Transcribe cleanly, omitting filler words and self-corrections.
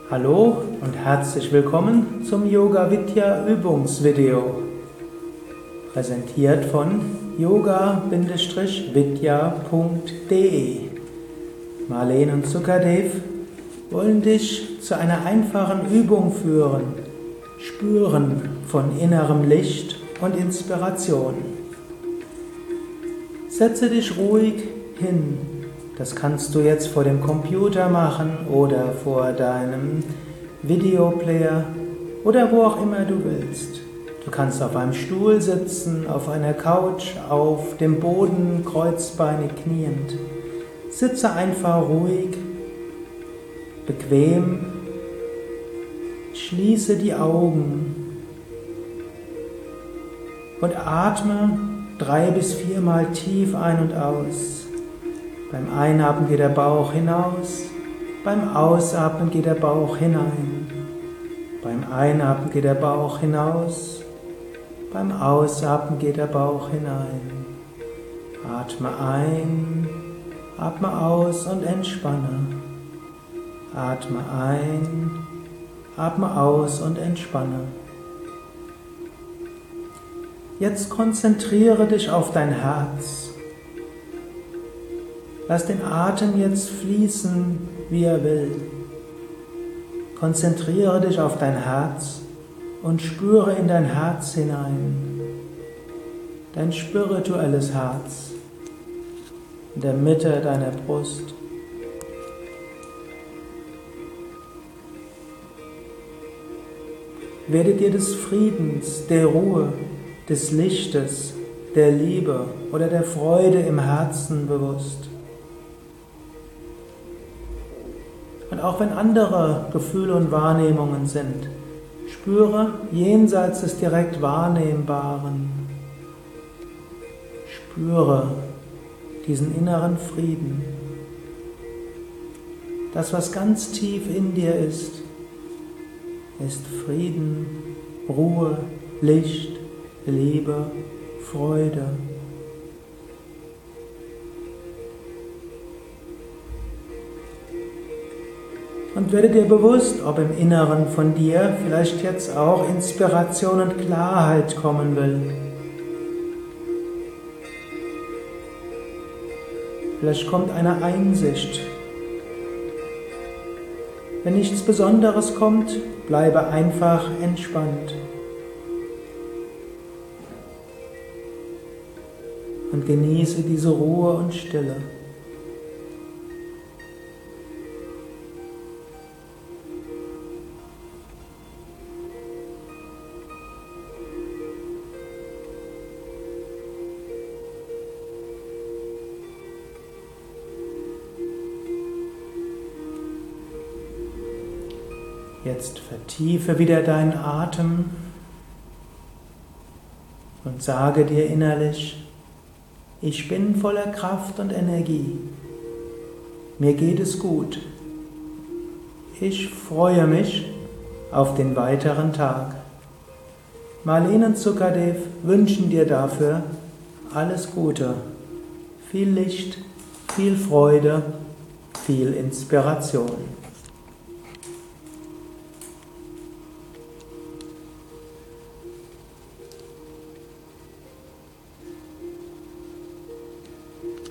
Hallo und herzlich willkommen zum Yoga Vidya Übungsvideo. Präsentiert von yoga-vidya.de. Marlene und Sukadev wollen dich zu einer einfachen Übung führen. Spüren von innerem Licht und Inspiration. Setze dich ruhig hin. Das kannst du jetzt vor dem Computer machen oder vor deinem Videoplayer oder wo auch immer du willst. Du kannst auf einem Stuhl sitzen, auf einer Couch, auf dem Boden, kreuzbeinig kniend. Sitze einfach ruhig, bequem, schließe die Augen und atme 3 bis 4 Mal tief ein und aus. Beim Einatmen geht der Bauch hinaus, beim Ausatmen geht der Bauch hinein. Beim Einatmen geht der Bauch hinaus, beim Ausatmen geht der Bauch hinein. Atme ein, atme aus und entspanne. Atme ein, atme aus und entspanne. Jetzt konzentriere dich auf dein Herz. Lass den Atem jetzt fließen, wie er will. Konzentriere dich auf dein Herz und spüre in dein Herz hinein. Dein spirituelles Herz in der Mitte deiner Brust. Werde dir des Friedens, der Ruhe, des Lichtes, der Liebe oder der Freude im Herzen bewusst. Und auch wenn andere Gefühle und Wahrnehmungen sind, spüre jenseits des direkt Wahrnehmbaren. Spüre diesen inneren Frieden. Das, was ganz tief in dir ist Frieden, Ruhe, Licht, Liebe, Freude. Und werde dir bewusst, ob im Inneren von dir vielleicht jetzt auch Inspiration und Klarheit kommen will. Vielleicht kommt eine Einsicht. Wenn nichts Besonderes kommt, bleibe einfach entspannt. Und genieße diese Ruhe und Stille. Jetzt vertiefe wieder deinen Atem und sage dir innerlich: Ich bin voller Kraft und Energie. Mir geht es gut. Ich freue mich auf den weiteren Tag. Marlene und Sukadev wünschen dir dafür alles Gute. Viel Licht, viel Freude, viel Inspiration.